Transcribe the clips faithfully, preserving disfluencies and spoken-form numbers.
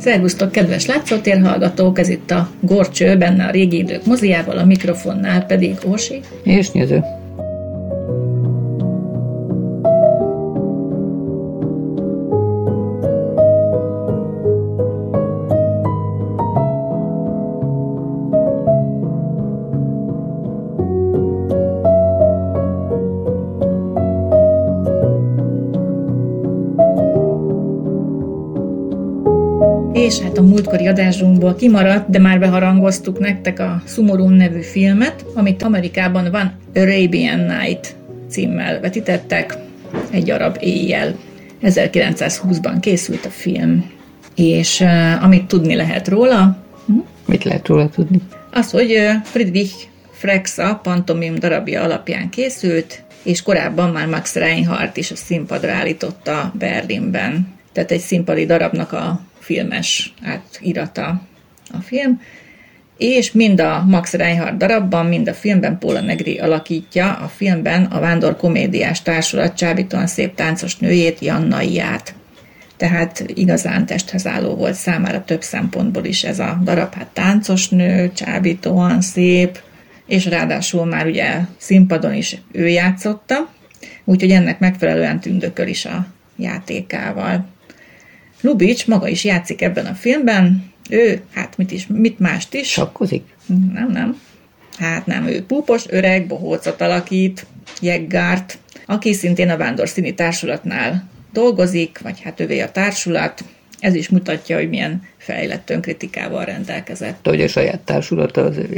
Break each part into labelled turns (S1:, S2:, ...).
S1: Szervusztok, kedves látszótérhallgatók! Ez itt a Gorcső, benne a régi idők moziával, a mikrofonnál pedig Orsi
S2: és Nyöző.
S1: És hát a múltkori adásunkból kimaradt, de már beharangoztuk nektek a Sumurun nevű filmet, amit Amerikában van Arabian Night címmel vetítettek, egy arab éjjel. ezerkilencszázhúszban készült a film, és uh, amit tudni lehet róla... Hm?
S2: Mit lehet róla tudni?
S1: Az, hogy uh, Friedrich Frexa pantomim darabja alapján készült, és korábban már Max Reinhardt is a színpadra állította Berlinben. Tehát egy színpadi darabnak a filmes átirata a film, és mind a Max Reinhardt darabban, mind a filmben Paula Negri alakítja a filmben a vándor komédiás társulat csábítóan szép táncos nőjét, Jannaiát. Tehát igazán testhez álló volt számára több szempontból is ez a darab, hát táncos nő, csábítóan szép, és ráadásul már ugye színpadon is ő játszotta, úgyhogy ennek megfelelően tündököl is a játékával. Lubitsch maga is játszik ebben a filmben, ő, hát mit, is, mit mást is.
S2: Sakkozik?
S1: Nem, nem. Hát nem, ő púpos, öreg, bohócot alakít, Jeggárt, aki szintén a Vándor Színi Társulatnál dolgozik, vagy hát övé a társulat. Ez is mutatja, hogy milyen fejlett önkritikával rendelkezett.
S2: Hogy a saját társulata az övé.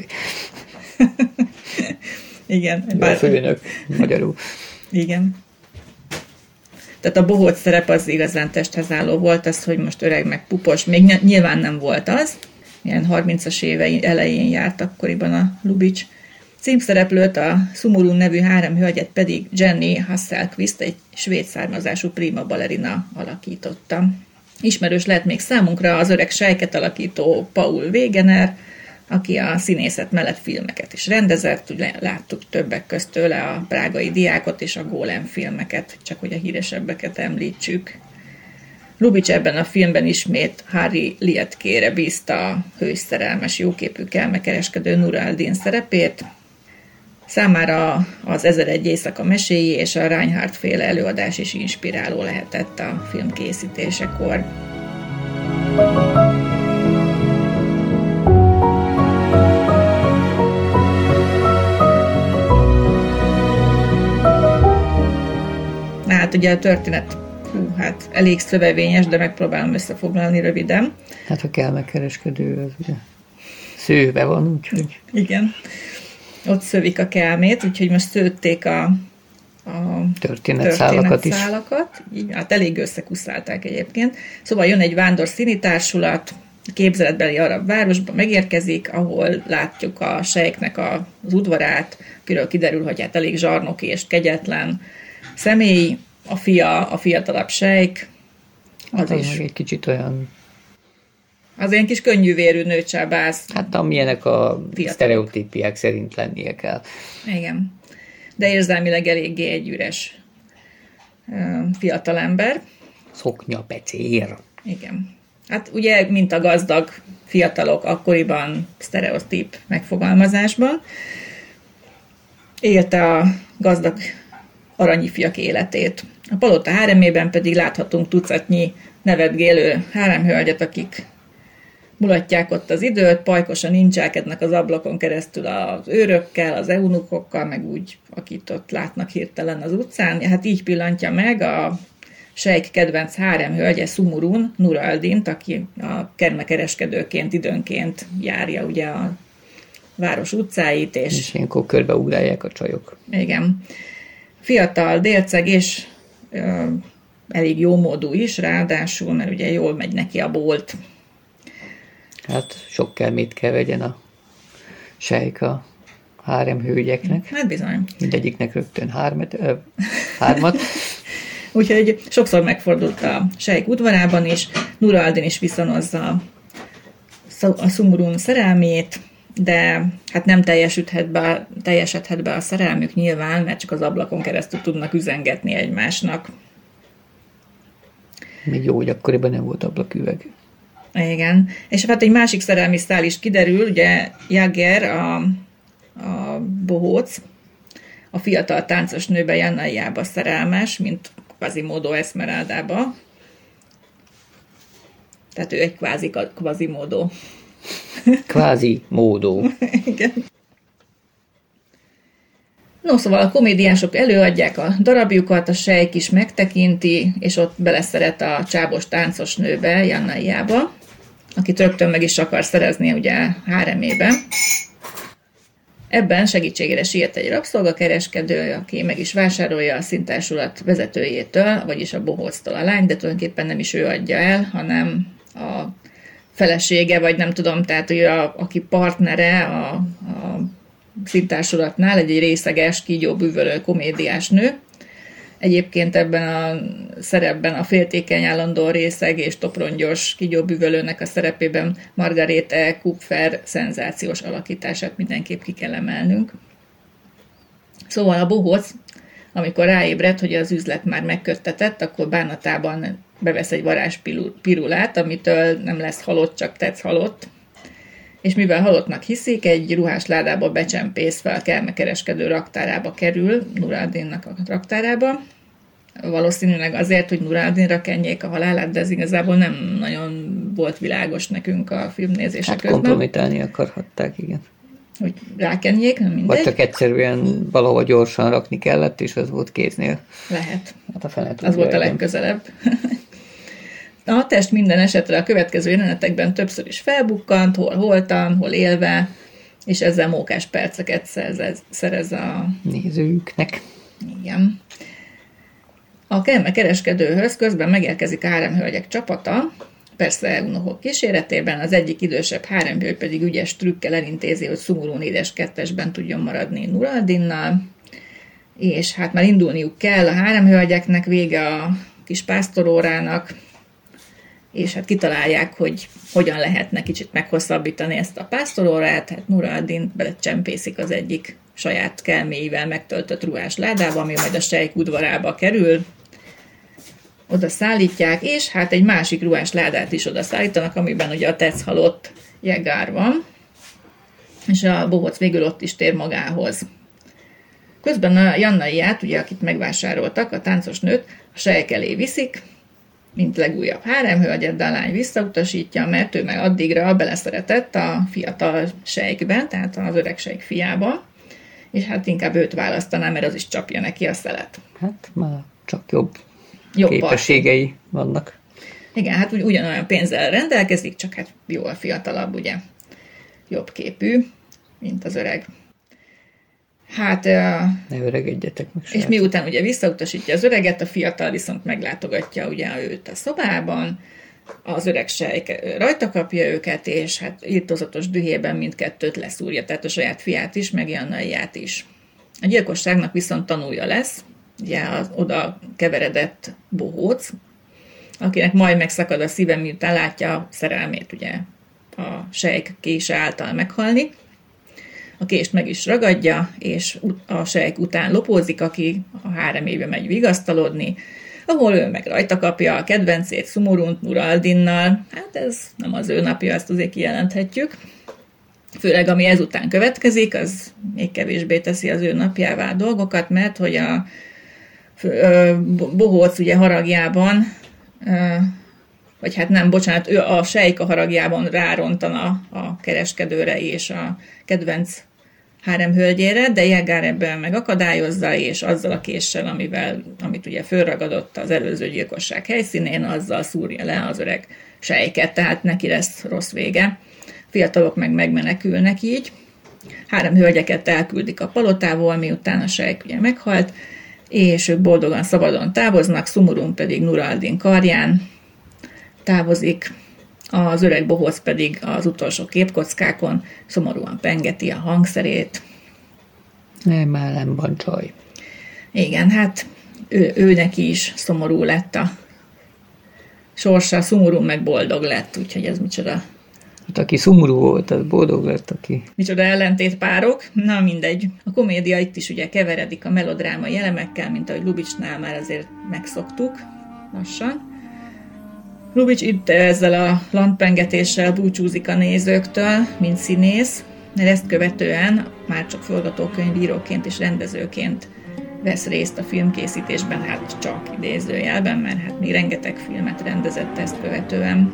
S1: Igen.
S2: Bár... A főnök, magyarul.
S1: Igen. Tehát a bohóc szerep az igazán testhez álló volt, az, hogy most öreg meg pupos, még nyilván nem volt az, ilyen harmincas évei elején járt akkoriban a Lubitsch. Címszereplőt, a Sumurun nevű három hölgyet pedig Jenny Hasselquist, egy svéd származású prima ballerina alakította. Ismerős lehet még számunkra az öreg sejket alakító Paul Wegener, aki a színészet mellett filmeket is rendezett, ugye láttuk többek közt tőle a Prágai diákot és a Golem filmeket, csak hogy a híresebbeket említsük. Lubitsch ebben a filmben ismét Harry Lietkére bízta a hős szerelmes, jóképű kelmekereskedő Nur al-Din szerepét. Számára az Ezeregy éjszaka meséi és a Reinhardt féle előadás is inspiráló lehetett a film készítésekor. Hát ugye a történet hú, hát elég szövevényes, de megpróbálom összefoglalni röviden.
S2: Hát a kelmekereskedő az ugye szőve van, úgyhogy...
S1: Igen, ott szövik a kelmét, úgyhogy most szőtték a, a
S2: történetszálakat is.
S1: Így, hát elég összekuszálták egyébként. Szóval jön egy vándor színi társulat, képzeletbeli arab városba megérkezik, ahol látjuk a sejknek az udvarát, akiről kiderül, hogy hát elég zsarnoki és kegyetlen személy, a fia, a fiatalabb sejk, az,
S2: hát az
S1: is.
S2: Egy kicsit olyan...
S1: Az ilyen kis könnyűvérű nőcsábász.
S2: Hát amilyenek a fiatalok. Sztereotípiák szerint lennie kell.
S1: Igen. De érzelmileg eléggé egy üres fiatalember.
S2: Szoknya, pecér.
S1: Igen. Hát ugye, mint a gazdag fiatalok akkoriban sztereotíp megfogalmazásban. Élte a gazdag aranyifjak életét. A palota háremében pedig láthatunk tucatnyi nevetgélő háremhölgyet, akik mulatják ott az időt, pajkosan nincselkednek az ablakon keresztül az őrökkel, az eunukokkal, meg úgy, akit ott látnak hirtelen az utcán. Hát így pillantja meg a sejk kedvenc háremhölgye Sumurun, Nur al-Dint, aki a kermekereskedőként időnként járja ugye a város utcáit. És,
S2: és ilyenkor körbeugrálják a csajok.
S1: Igen. Fiatal, délceg és ö, elég jómódú is, ráadásul, mert ugye jól megy neki a bolt.
S2: Hát sok kelmét kell vegyen a sejk a hárem hölgyeknek.
S1: Hát bizony.
S2: Mindegyiknek rögtön hármat. Ö, hármat.
S1: Úgyhogy sokszor megfordult a sejk udvarában is, Nur al-Din is viszonozza a Sumurun szerelmét, de hát nem teljesíthet be, teljesedhet be a szerelmük nyilván, mert csak az ablakon keresztül tudnak üzengetni egymásnak.
S2: Még jó, hogy akkoriban nem volt ablaküveg.
S1: Igen. És hát egy másik szerelmi szál is kiderül, ugye Jagger, a, a bohóc, a fiatal táncos nőbe, Jannaiába szerelmes, mint Quasimodo Esmeraldába. Tehát ő egy kvázi Quasimodo.
S2: Quasimodo.
S1: Igen. No, szóval a komédiások előadják a darabjukat, a sejk is megtekinti, és ott beleszeret a csábos táncos nőbe, Jannaiába, akit rögtön meg is akar szerezni ugye háremébe. Ebben segítségére siet egy rabszolgakereskedő, aki meg is vásárolja a színtársulat vezetőjétől, vagyis a bohóctól a lány, de tulajdonképpen nem is ő adja el, hanem a felesége, vagy nem tudom, tehát ő a, aki partnere a, a színtársulatnál, egy részeges, kígyóbűvölő komédiás nő. Egyébként ebben a szerepben a féltékeny állandó részeg és toprongyos kígyóbűvölőnek a szerepében Margarete Kupfer szenzációs alakítását mindenképp ki kell emelnünk. Szóval a bohóc, amikor ráébred, hogy az üzlet már megköttetett, akkor bánatában bevesz egy varázspirulát, amitől nem lesz halott, csak tetsz halott. És mivel halottnak hiszik, egy ruhás ládába becsempészve a kelmekereskedő raktárába kerül, Nur al-Dinnak a raktárába. Valószínűleg azért, hogy Nur al-Dinra kenjék a halálát, de ez igazából nem nagyon volt világos nekünk a filmnézése
S2: hát
S1: közben.
S2: kompromitálni akarhatták, igen.
S1: Hogy rákenjék, nem mindegy.
S2: Vagy csak egyszerűen valahol gyorsan rakni kellett, és az volt kéznél.
S1: Lehet.
S2: Hát a fene
S1: az volt a legközelebb. A test minden esetre a következő jelenetekben többször is felbukkant, hol holtan, hol élve, és ezzel mókás perceket szerez, szerez a
S2: nézőknek.
S1: Igen. A kelme kereskedőhöz közben megérkezik a háremhölgyek csapata, persze eunuchok kíséretében, az egyik idősebb háremhölgy pedig ügyes trükkel elintézi, hogy szomorú négyes kettesben tudjon maradni Nur al-Dinnal, és hát már indulniuk kell a háremhölgyeknek, vége a kis pásztorórának, és hát kitalálják, hogy hogyan lehetne kicsit meghosszabbítani ezt a pásztorórát, hát Nur al-Din belecsempészik az egyik saját kelméivel megtöltött ruhás ládába, ami majd a sejk udvarába kerül, oda szállítják, és hát egy másik ruhás ládát is oda szállítanak, amiben ugye a tetsz halott Jagger van, és a bohóc végül ott is tér magához. Közben a Jannaiát, ugye akit megvásároltak, a táncos nőt, a sejk elé viszik, mint legújabb háremhölgyet, de a lány visszautasítja, mert ő meg addigra beleszeretett a fiatal sejkben, tehát az öreg sejk fiába, és hát inkább őt választaná, mert az is csapja neki a szelet.
S2: Hát már csak jobb,
S1: jobb
S2: képességei parti. vannak.
S1: Igen, hát ugy, ugyanolyan pénzzel rendelkezik, csak hát jóval fiatalabb, ugye, jobb képű, mint az öreg. Hát...
S2: Ne öregedjetek meg.
S1: És miután ugye visszautasítja az öreget, a fiatal viszont meglátogatja ugye őt a szobában, az öreg sejk rajta kapja őket, és hát irtózatos dühében mindkettőt leszúrja, tehát a saját fiát is, meg Jannaiát is. A gyilkosságnak viszont tanúja lesz, ugye az oda keveredett bohóc, akinek majd megszakad a szíve, miután látja a szerelmét, ugye a sejk kése által meghalni. A kést meg is ragadja, és a sejk után lopózik, aki a háremébe megy vigasztalodni, ahol ő meg rajta kapja a kedvencét, Sumurunt Nur al-Dinnal. Hát ez nem az ő napja, ezt azért kijelenthetjük. Főleg ami ezután következik, az még kevésbé teszi az ő napjává dolgokat, mert hogy a bohóc ugye haragjában, vagy hát nem, bocsánat, ő a sejk a haragjában rárontana a kereskedőre és a kedvenc háremhölgyére, de Jagger ebben megakadályozza, és azzal a késsel, amivel, amit ugye fölragadott az előző gyilkosság helyszínén, azzal szúrja le az öreg sejket, tehát neki lesz rossz vége. Fiatalok meg megmenekülnek így. Háremhölgyeket elküldik a palotából, miután a sejk ugye meghalt, és ők boldogan szabadon távoznak, Sumurun pedig Nur al-Din karján távozik, az öreg bohóc pedig az utolsó képkockákon szomorúan pengeti a hangszerét.
S2: Nem, már nem van csaj.
S1: Igen, hát ő, ő neki is szomorú lett a sorsa, Sumurun meg boldog lett, úgyhogy ez micsoda.
S2: Hát aki szomorú volt, az boldog lett, aki...
S1: Micsoda ellentétpárok, na mindegy. A komédia itt is ugye keveredik a melodrámai elemekkel, mint ahogy Lubitschnál már azért megszoktuk lassan. Lubitsch itt ezzel a landpengetéssel búcsúzik a nézőktől, mint színész, mert ezt követően már csak forgatókönyvíróként és rendezőként vesz részt a filmkészítésben, hát csak idézőjelben, mert hát még rengeteg filmet rendezett ezt követően.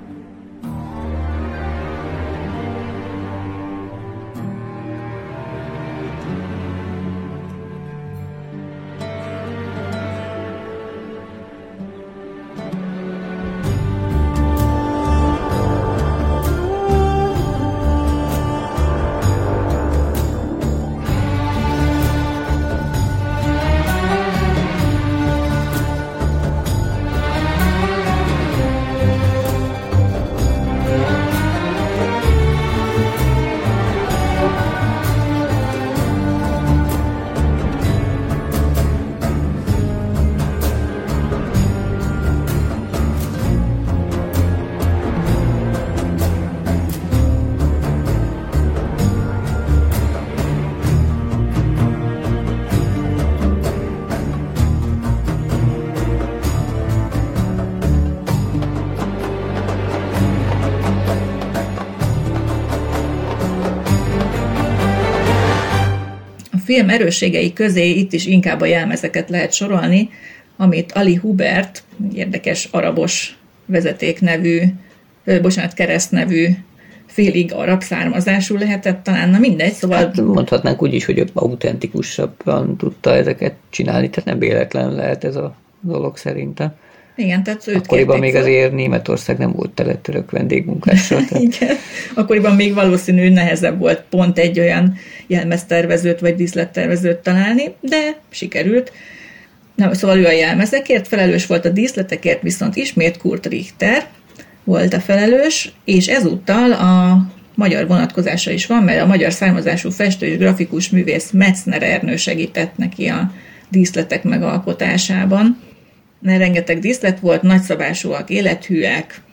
S1: A film erősségei közé itt is inkább a jelmezeket lehet sorolni, amit Ali Hubert, érdekes arabos vezetéknevű, bocsánat, keresztnevű, félig arab származású lehetett talán, na mindegy, szóval...
S2: Hát mondhatnánk úgy is, hogy autentikusabban tudta ezeket csinálni, tehát nem véletlen lehet ez a dolog szerintem.
S1: Igen, tehát őt
S2: akkoriban még fel. Azért Németország nem volt tele török vendégmunkással. Tehát...
S1: Igen, akkoriban még valószínű nehezebb volt pont egy olyan jelmeztervezőt vagy díszlettervezőt találni, de sikerült. Na, szóval ő a jelmezekért felelős volt, a díszletekért viszont ismét Kurt Richter volt a felelős, és ezúttal a magyar vonatkozása is van, mert a magyar származású festő és grafikus művész Metzner Ernő segített neki a díszletek megalkotásában. Rengeteg díszlet volt, nagyszabásúak, élethűek,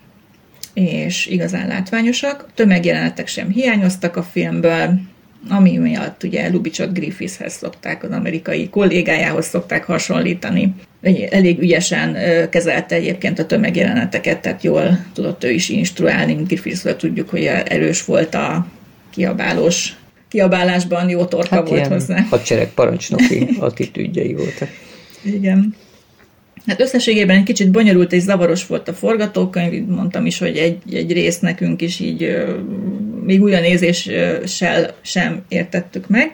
S1: és igazán látványosak. Tömegjelenetek sem hiányoztak a filmből, ami miatt ugye Lubitschot Griffithshez szokták, az amerikai kollégájához szokták hasonlítani. Elég ügyesen kezelte egyébként a tömegjeleneteket, tehát jól tudott ő is instruálni, mint Griffithsről tudjuk, hogy erős volt a kiabálós kiabálásban, jó torka hát volt hozzá.
S2: Hadsereg parancsnoki attitűdjei voltak.
S1: Igen. Hát összességében egy kicsit bonyolult és zavaros volt a forgatókönyv, mondtam is, hogy egy, egy részt nekünk is így még újra nézéssel sem értettük meg.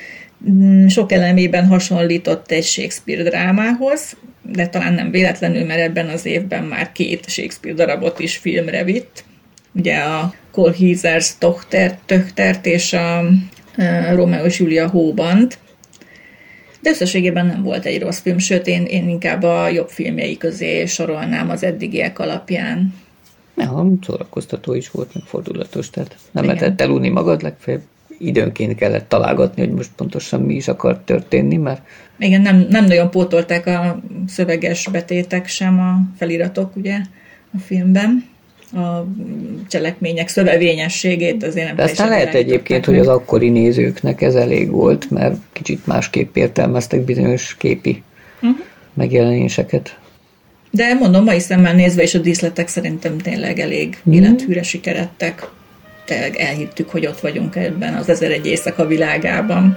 S1: Sok elemében hasonlított egy Shakespeare drámához, de talán nem véletlenül, mert ebben az évben már két Shakespeare darabot is filmre vitt. Ugye a Kolhízers Töchtert és a Rómeó és Júlia Hóbant. De összességében nem volt egy rossz film, sőt, én, én inkább a jobb filmjei közé sorolnám az eddigiek alapján.
S2: Ja, szórakoztató is volt, meg fordulatos, tehát nem Igen. lehetett elunni magad, legfeljebb időnként kellett találgatni, hogy most pontosan mi is akar történni, mert...
S1: Igen, nem, nem nagyon pótolták a szöveges betétek sem, a feliratok, ugye, a filmben. A cselekmények szövevényességét azért nem.
S2: De aztán lehet egyébként, meg. Hogy az akkori nézőknek ez elég volt, mert kicsit másképp értelmeztek bizonyos képi uh-huh. megjelenéseket.
S1: De mondom, mai szemmel nézve is a díszletek szerintem tényleg elég uh-huh. élethűre sikeredtek. Tényleg elhittük, hogy ott vagyunk ebben az Ezer egy éjszaka világában.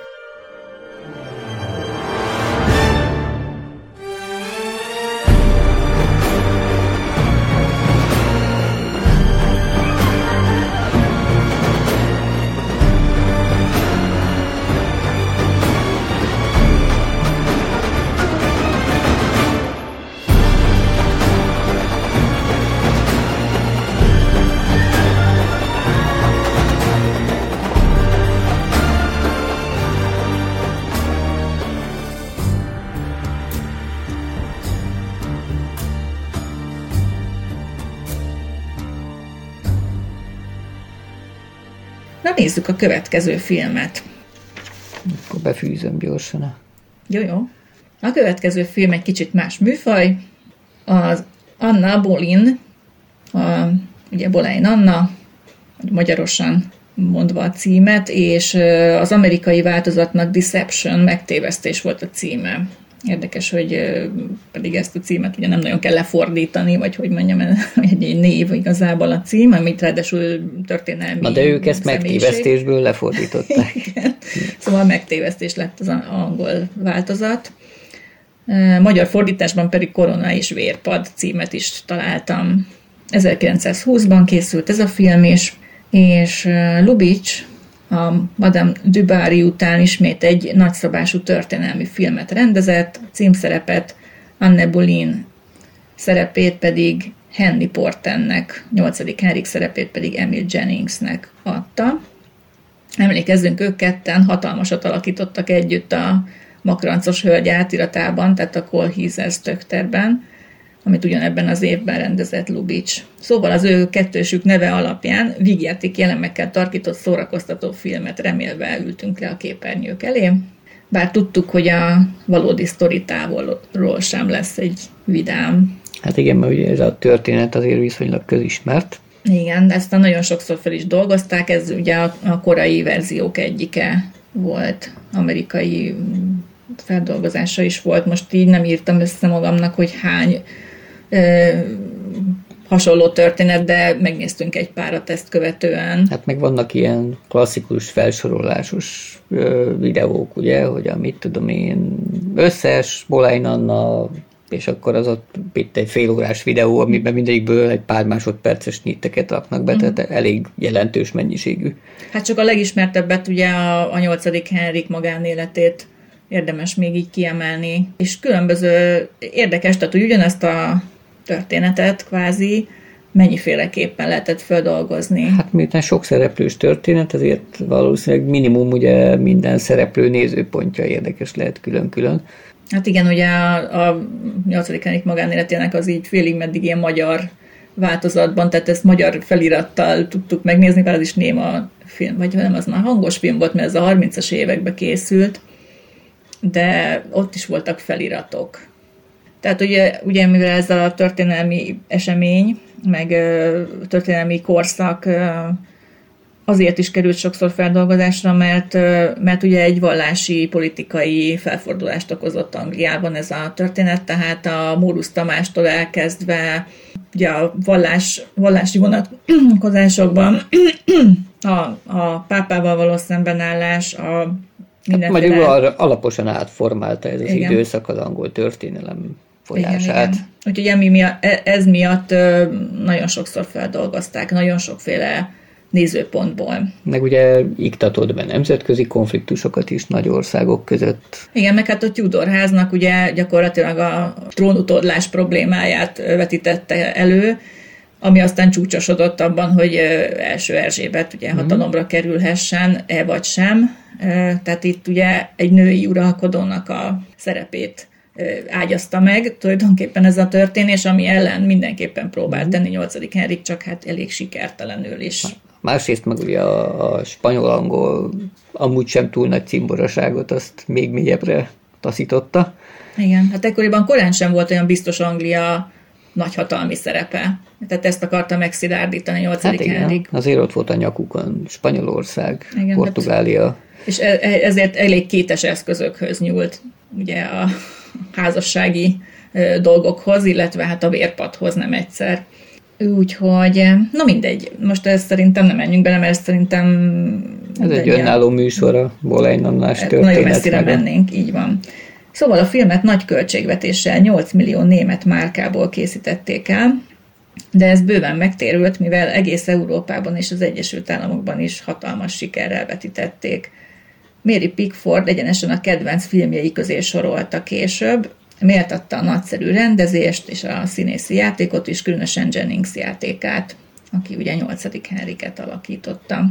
S1: Na nézzük a következő filmet.
S2: Akkor befűzöm gyorsan.
S1: Jó, jó. A következő film egy kicsit más műfaj. Az Anna Boleyn, a, ugye Boleyn Anna, magyarosan mondva a címet, és az amerikai változatnak Deception, megtévesztés volt a címe. Érdekes, hogy pedig ezt a címet ugye nem nagyon kell lefordítani, vagy hogy mondjam, egy név igazából a cím, amit ráadásul történelmi
S2: Na de ők ezt
S1: személyiség.
S2: megtévesztésből lefordították.
S1: Igen. Szóval megtévesztés lett az angol változat. Magyar fordításban pedig Korona és vérpad címet is találtam. ezerkilencszázhúszban készült ez a film is, és Lubitsch a Madame du Barry után ismét egy nagyszabású történelmi filmet rendezett, a címszerepet Anne Boleyn szerepét pedig Henry Portennek, nyolcadik Henrik szerepét pedig Emil Jenningsnek adta. Emlékezzünk, ők ketten hatalmasat alakítottak együtt a Makrancos hölgy átiratában, tehát a Kohlhízer Stöckterben, amit ugyanebben az évben rendezett Lubitsch. Szóval az ő kettősük neve alapján vígjáték elemekkel tarkított szórakoztató filmet remélve ültünk le a képernyők elé, bár tudtuk, hogy a valódi sztori távolról sem lesz egy vidám.
S2: Hát igen, mert ugye ez a történet azért viszonylag közismert.
S1: Igen, de aztán nagyon sokszor fel is dolgozták, ez ugye a, a korai verziók egyike volt, amerikai feldolgozása is volt. Most így nem írtam össze magamnak, hogy hány ö, hasonló történet, de megnéztünk egy párat ezt követően.
S2: Hát meg vannak ilyen klasszikus felsorolásos ö, videók, ugye, hogy amit tudom én, összes Boleyn Anna, és akkor az ott itt egy félórás videó, amiben mindegyikből egy pár másodperces nyitteket raknak be, uh-huh. tehát elég jelentős mennyiségű.
S1: Hát csak a legismertebbet ugye a, a nyolcadik Henrik magánéletét érdemes még így kiemelni. És különböző érdekes, tehát hogy ugyanezt a történetet kvázi mennyiféleképpen lehetett feldolgozni.
S2: Hát miután sok szereplős történet, ezért valószínűleg minimum ugye minden szereplő nézőpontja érdekes lehet külön-külön.
S1: Hát igen, ugye a, a nyolcadik Henrik magánéletének az így félig meddig ilyen magyar változatban, tehát ezt magyar felirattal tudtuk megnézni, bár az is néma film, vagy nem, az már hangos film volt, mert ez a harmincas években készült, de ott is voltak feliratok. Tehát ugye, ugye mivel ez a történelmi esemény, meg történelmi korszak azért is került sokszor feldolgozásra, mert, mert ugye egy vallási, politikai felfordulást okozott Angliában ez a történet, tehát a Mórusz Tamástól elkezdve ugye a vallás, vallási vonatkozásokban a, a pápával való szembenállás, a mindenféle...
S2: Hát magyarul alaposan átformálta ez az
S1: igen.
S2: időszak az angol történelem folyását.
S1: Igen, igen. Úgyhogy emi miatt, ez miatt nagyon sokszor feldolgozták, nagyon sokféle nézőpontból.
S2: Meg ugye iktatott be nemzetközi konfliktusokat is nagy országok között.
S1: Igen, meg hát a Tudor háznak ugye gyakorlatilag a trónutódlás problémáját vetítette elő, ami aztán csúcsosodott abban, hogy első Erzsébet ugye hatalomra kerülhessen, e vagy sem. Tehát itt ugye egy női uralkodónak a szerepét ágyazta meg tulajdonképpen ez a történés, ami ellen mindenképpen próbált tenni nyolcadik Henrik, csak hát elég sikertelenül is.
S2: Másrészt meg ugye a, a spanyol-angol amúgy sem túl nagy cimboraságot azt még mélyebbre taszította.
S1: Igen, hát ekkoriban korán sem volt olyan biztos Anglia nagyhatalmi szerepe. Tehát ezt akarta megszilárdítani nyolcadik
S2: Hát igen,
S1: Henrik.
S2: azért ott volt a nyakukon Spanyolország, igen, Portugália. Hát,
S1: és ezért elég kétes eszközökhöz nyúlt ugye a házassági dolgokhoz, illetve hát a vérpadhoz nem egyszer. Úgyhogy, na mindegy, most ezt szerintem nem menjünk bele, mert ezt szerintem...
S2: Ez egy önálló műsor a Boleyn Annás történet.
S1: Nagyon messzire mennénk, így van. Szóval a filmet nagy költségvetéssel nyolc millió német márkából készítették el, de ez bőven megtérült, mivel egész Európában és az Egyesült Államokban is hatalmas sikerrel vetítették. Mary Pickford egyenesen a kedvenc filmjei közé sorolta később, méltatta a nagyszerű rendezést és a színészi játékot is, különösen Jennings játékát, aki ugye nyolcadik Henriket alakította.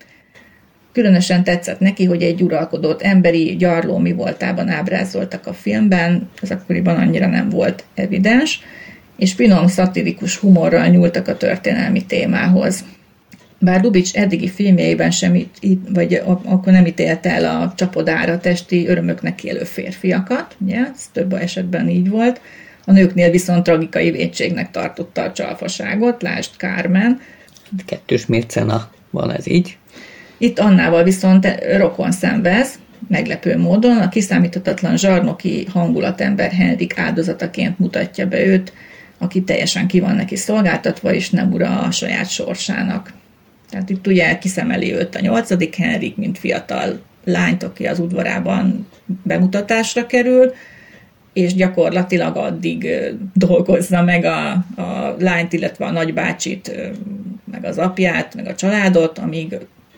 S1: Különösen tetszett neki, hogy egy uralkodót emberi gyarló mi voltában ábrázoltak a filmben, ez akkoriban annyira nem volt evidens, és finom szatirikus humorral nyúltak a történelmi témához. Bár Lubitsch eddigi filmjeiben sem, vagy akkor nem ítélte el a csapodára testi örömöknek élő férfiakat, ugye, ez több esetben így volt, a nőknél viszont tragikai vétségnek tartotta a csalfaságot, lásd Carmen.
S2: Kettős mércena van ez így.
S1: Itt Annával viszont rokon szenvez, meglepő módon. A kiszámíthatatlan zsarnoki hangulatember Henrik áldozataként mutatja be őt, aki teljesen ki van neki szolgáltatva, és nem ura a saját sorsának. Tehát itt ugye kiszemeli őt a nyolcadik Henrik, mint fiatal lányt, aki az udvarában bemutatásra kerül, és gyakorlatilag addig dolgozza meg a, a lányt, illetve a nagybácsit, meg az apját, meg a családot, amíg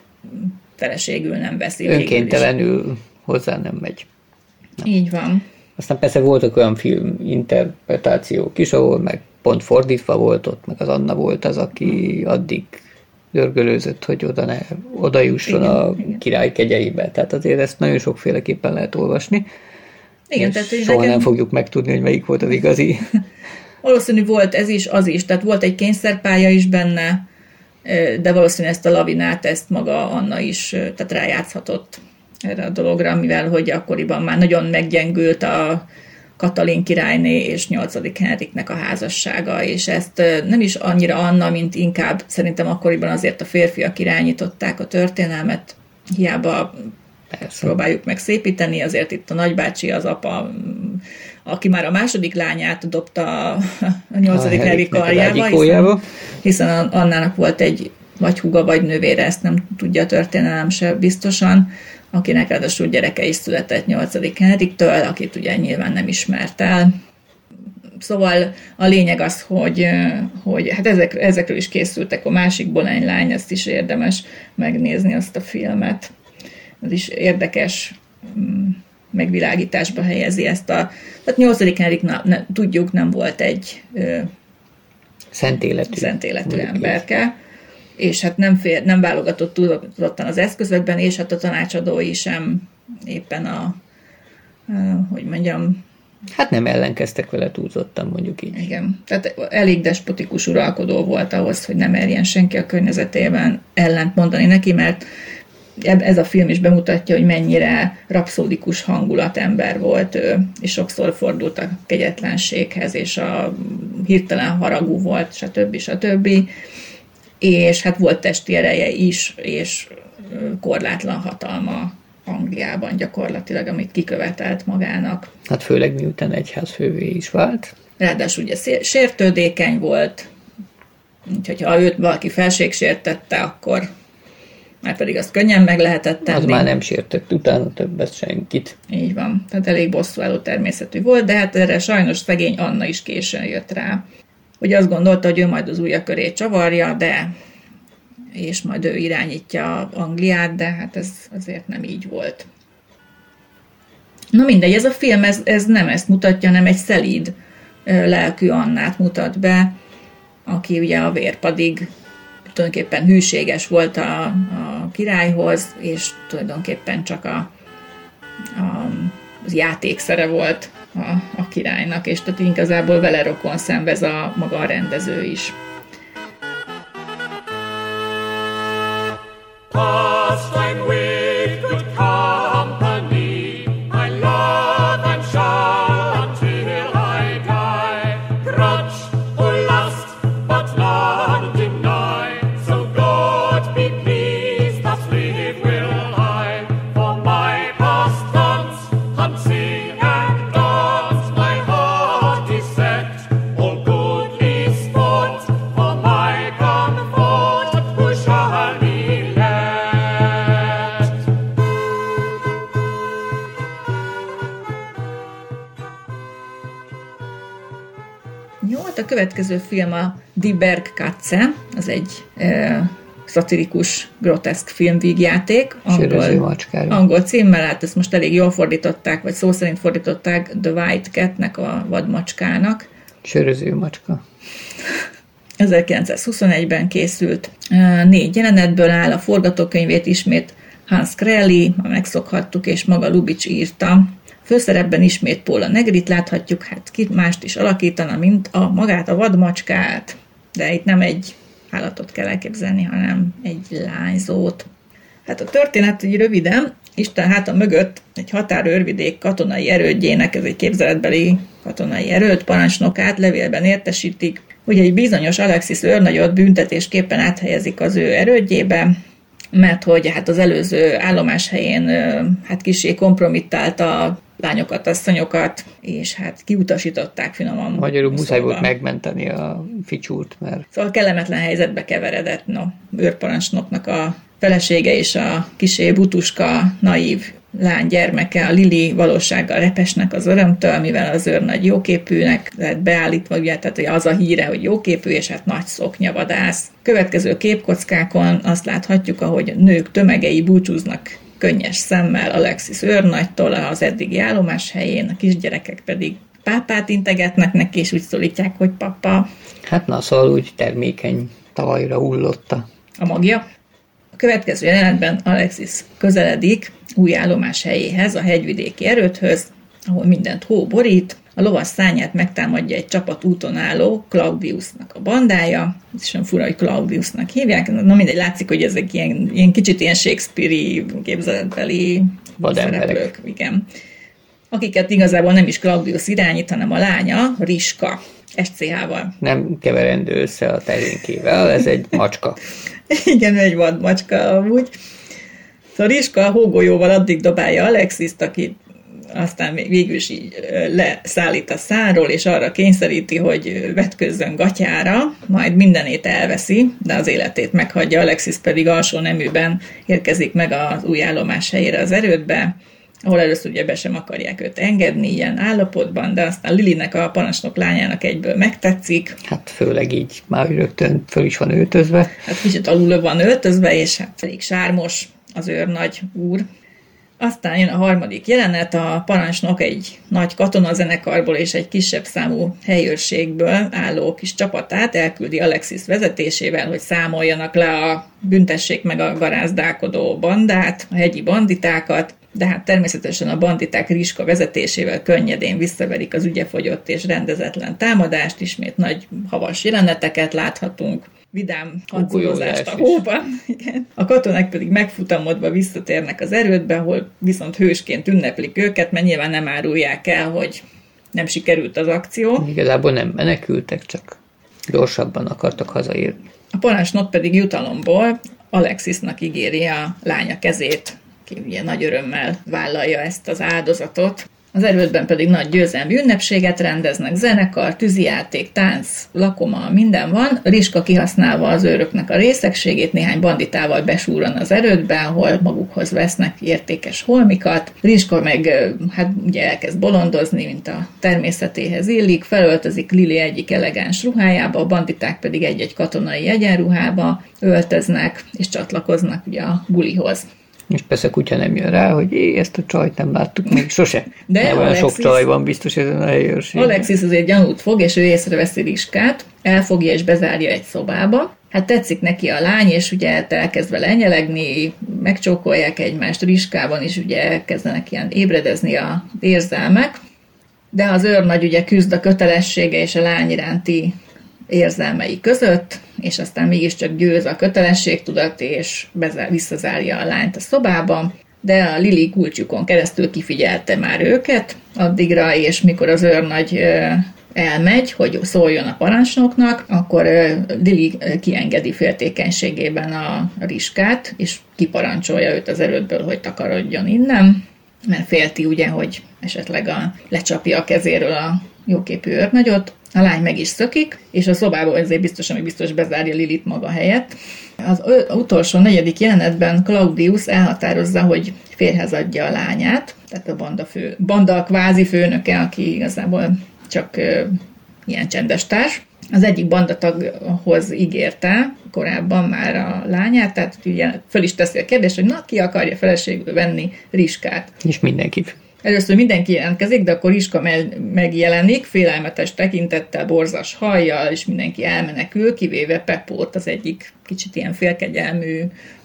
S1: feleségül nem veszi.
S2: Önkéntelenül hozzá nem megy.
S1: Nem. Így van.
S2: Aztán persze voltak olyan filminterpretációk is, ahol meg pont fordítva volt ott, meg az Anna volt az, aki addig dörgölőzött, hogy oda, ne, oda jusson igen, a igen. király kegyeibe. Tehát azért ezt nagyon sokféleképpen lehet olvasni. Igen, tehát, soha nekem... nem fogjuk megtudni, hogy melyik volt az igazi.
S1: Valószínű volt ez is, az is. Tehát volt egy kényszerpálya is benne, de valószínű ezt a lavinát, ezt maga Anna is, tehát rájátszhatott erre a dologra, mivel hogy akkoriban már nagyon meggyengült a Katalin királyné és nyolcadik Henriknek a házassága, és ezt nem is annyira Anna, mint inkább szerintem akkoriban azért a férfiak irányították a történelmet, hiába persze. próbáljuk meg szépíteni, azért itt a nagybácsi, az apa, aki már a második lányát dobta a nyolcadik Henrik karjába, hiszen, hiszen Annának volt egy vagy húga, vagy nővére, ezt nem tudja a történelem se biztosan, akinek ráadásul gyereke is született nyolcadik Henriktől, akit ugye nyilván nem ismert el. Szóval a lényeg az, hogy, hogy hát ezek, ezekről is készültek a másik Boleyn lány, ezt is érdemes megnézni, azt a filmet. Ez is érdekes megvilágításba helyezi ezt a... Tehát nyolcadik Henrik, na, ne, tudjuk, nem volt egy ö,
S2: szent életű,
S1: szent életű emberke, és hát nem, fér, nem válogatott tudottan az eszközökben, és hát a tanácsadói sem éppen a, a hogy mondjam...
S2: Hát nem ellenkeztek vele túlzottan, mondjuk így.
S1: Igen, tehát elég despotikus uralkodó volt ahhoz, hogy nem merjen senki a környezetében ellent mondani neki, mert ez a film is bemutatja, hogy mennyire rapszódikus hangulatember volt ő, és sokszor fordult a kegyetlenséghez, és a hirtelen haragú volt, stb. stb. És hát volt testi ereje is, és korlátlan hatalma Angliában gyakorlatilag, amit kikövetelt magának.
S2: Hát főleg miután egyházfővé is vált.
S1: Ráadásul ugye sértődékeny volt, úgyhogy ha őt valaki felségsértette, akkor már pedig azt könnyen meg lehetett tenni.
S2: Az már nem sértett utána többet senkit.
S1: Így van, tehát elég bosszúálló természetű volt, de hát erre sajnos szegény Anna is későn jött rá. Ugye azt gondolta, hogy ő majd az ujja köré csavarja, de és majd ő irányítja Angliát, de hát ez azért nem így volt. Na mindegy, ez a film ez, ez nem ezt mutatja, hanem egy szelíd lelkű Annát mutat be, aki ugye a vérpadig tulajdonképpen hűséges volt a, a királyhoz, és tulajdonképpen csak a, a, az játékszere volt a, a királynak, és tehát igazából vele rokon szenvez a maga a rendező is. Pastime with good company, I love and shall until I die. Grudge or lust, but none deny. So God be pleased that live will I. For my pastimes, hunting and dance, my heart is set. All goodly sport for my comfort, who shall be a következő film a Die Bergkatze, az egy e, szatirikus, groteszk filmvígjáték. Angol, angol címmel, hát ezt most elég jól fordították, vagy szó szerint fordították The White Cat-nek, a vadmacskának.
S2: Söröző macska.
S1: ezerkilencszázhuszonegyben készült. Négy jelenetből áll, a forgatókönyvét ismét Hans Crelli, ha megszokhattuk, és maga Lubitsch írta. Főszerepben ismét Paula Negrit láthatjuk, hát ki mást is alakítana, mint a magát a vadmacskát. De itt nem egy állatot kell elképzelni, hanem egy lányzót. Hát a történet így röviden, Isten háta mögött egy határőrvidék katonai erődjének, ez egy képzeletbeli katonai erőd, parancsnokát levélben értesítik, hogy egy bizonyos Alexis őrnagyot büntetésképpen áthelyezik az ő erődjébe, mert hogy hát az előző állomáshelyén hát kissé kompromittálta a lányokat, asszonyokat, és hát kiutasították finoman.
S2: Magyarul muszáj volt megmenteni a ficsúrt, mert...
S1: Szóval kellemetlen helyzetbe keveredett, no, őrparancsnoknak a felesége és a kissé butuska, naív lány gyermeke, a Lili valósággal repesnek az örömtől, mivel az őrnagy jóképűnek lett beállítva, ugye, tehát az a híre, hogy jóképű, és hát nagy szoknyavadász. Következő képkockákon azt láthatjuk, ahogy nők tömegei búcsúznak könnyes szemmel Alexis őrnagytól az eddigi állomás helyén, a kisgyerekek pedig pápát integetnek neki, és úgy szólítják, hogy papa.
S2: Hát na, szóval úgy termékeny talajra hullotta
S1: A magja. A következő jelenetben Alexis közeledik új állomás helyéhez, a hegyvidéki erődhöz, ahol mindent hó borít. A lovas szárnyát megtámadja egy csapat úton álló Claudiusnak a bandája. Ez is olyan fura, hogy Claudiusnak hívják. Na mindegy, látszik, hogy ezek ilyen, ilyen kicsit ilyen Shakespeare-i képzeletbeli szereplők. Igen. Akiket igazából nem is Claudius irányít, hanem a lánya, Riska, es cé há-val.
S2: Nem keverendő össze a terénkével, ez egy macska.
S1: Igen, egy vadmacska amúgy. Szóval Riska a hógolyóval addig dobálja Alexist, aki aztán végül is így leszállít a szárról, és arra kényszeríti, hogy vetközzön gatyára, majd mindenét elveszi, de az életét meghagyja. Alexis pedig alsó neműben érkezik meg az új állomás helyére az erődbe, ahol először ugye be sem akarják őt engedni ilyen állapotban, de aztán Lilinek, a parancsnok lányának egyből megtetszik.
S2: Hát főleg így már rögtön föl is van öltözve.
S1: Hát kicsit alul van öltözve, és hát elég sármos az őrnagy úr. Aztán jön a harmadik jelenet, a parancsnok egy nagy katonazenekarból és egy kisebb számú helyőrségből álló kis csapatát elküldi Alexis vezetésével, hogy számoljanak le a büntessék meg a garázdálkodó bandát, a hegyi banditákat, de hát természetesen a banditák Riska vezetésével könnyedén visszaverik az ügyefogyott és rendezetlen támadást, ismét nagy havas jeleneteket láthatunk, vidám harcolást a hóban. Igen. A katonák pedig megfutamodva visszatérnek az erődbe, ahol viszont hősként ünneplik őket, mert nyilván nem árulják el, hogy nem sikerült az akció.
S2: Igazából nem menekültek, csak gyorsabban akartak hazaérni.
S1: A parancsnok pedig jutalomból Alexisnak ígéri a lánya kezét, ki ugye nagy örömmel vállalja ezt az áldozatot. Az erődben pedig nagy győzelmi ünnepséget rendeznek, zenekar, tűzijáték, tánc, lakoma, minden van. Riska kihasználva az őröknek a részegségét, néhány banditával besúran az erődbe, ahol magukhoz vesznek értékes holmikat. Riska meg hát ugye elkezd bolondozni, mint a természetéhez illik, felöltözik Lili egyik elegáns ruhájába, a banditák pedig egy-egy katonai egyenruhába öltöznek, és csatlakoznak ugye a bulihoz.
S2: És persze a kutya nem jön rá, hogy jé, ezt a csajt nem láttuk még sose.
S1: De
S2: olyan
S1: Alexis,
S2: sok csaj van biztos ezen a helyőrségen.
S1: Alexis azért gyanút fog, és ő észreveszi Riskát, elfogja és bezárja egy szobába. Hát tetszik neki a lány, és ugye elkezd lenyelegni, megcsókolják egymást, Riskában is ugye elkezdenek ilyen ébredezni az érzelmek. De az őrnagy ugye küzd a kötelessége és a lány iránti érzelmei között, és aztán mégiscsak győz a kötelességtudat, és bezár, visszazárja a lányt a szobába, de a Lili kulcsukon keresztül kifigyelte már őket addigra, és mikor az őrnagy elmegy, hogy szóljon a parancsnoknak, akkor Lili kiengedi féltékenységében a Riskát, és kiparancsolja őt az erődből, hogy takarodjon innen, mert félti ugye, hogy esetleg a, lecsapja a kezéről a jóképű őrnagyot. A lány meg is szökik, és a szobába azért biztosan, hogy biztos bezárja Lilit maga helyett. Az utolsó negyedik jelenetben Claudius elhatározza, hogy férjhez adja a lányát, tehát a banda, fő, banda kvázi főnöke, aki igazából csak ö, ilyen csendes társ. Az egyik bandataghoz ígérte korábban már a lányát, tehát ugye föl is teszi a kérdést, hogy na, ki akarja feleségül venni Riskát.
S2: És mindenki.
S1: Először mindenki jelentkezik, de akkor Riska megjelenik, félelmetes tekintettel, borzas hajjal, és mindenki elmenekül, kivéve Pepót, az egyik kicsit ilyen félkegyelmű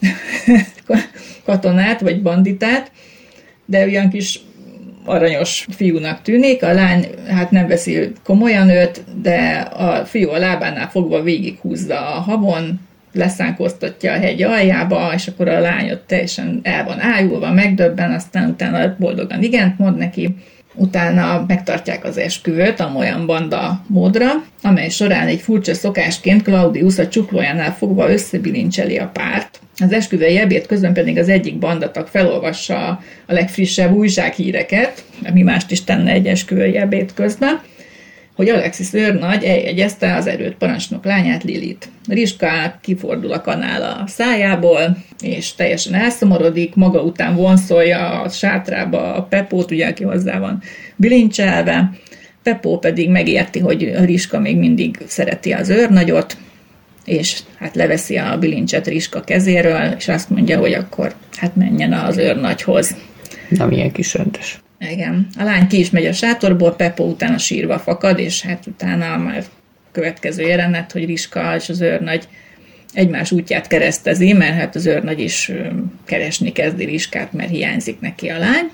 S1: katonát, vagy banditát, de olyan kis aranyos fiúnak tűnik. A lány hát nem veszi komolyan őt, de a fiú a lábánál fogva végighúzza a havon, leszánkoztatja a hegy aljába, és akkor a lány ott teljesen el van ájulva, megdöbben, aztán utána boldogan igent mond neki, Utána megtartják az esküvőt a olyan banda módra, amely során egy furcsa szokásként Claudius a csuklójánál fogva összebilincseli a párt. Az esküvői ebéd közben pedig az egyik bandatag felolvassa a legfrissebb újsághíreket, mi mást is tenne egy esküvői ebéd közben, hogy Alexis őrnagy eljegyezte az erőd parancsnok lányát, Lilit. Riska kifordul a kanál a szájából, és teljesen elszomorodik, maga után vonszolja a sátrába a Pepót, ugye, aki hozzá van bilincselve. Pepó pedig megérti, hogy Riska még mindig szereti az őrnagyot, és hát leveszi a bilincset Riska kezéről, és azt mondja, hogy akkor hát menjen az őrnagyhoz.
S2: Nem ilyen kis rendes.
S1: Igen. A lány ki is megy a sátorból, Pepó utána sírva fakad, és hát utána már következő jelenet, hogy Riska és az őrnagy egymás útját keresztezi, mert hát az őrnagy is keresni kezdi Riskát, mert hiányzik neki a lány.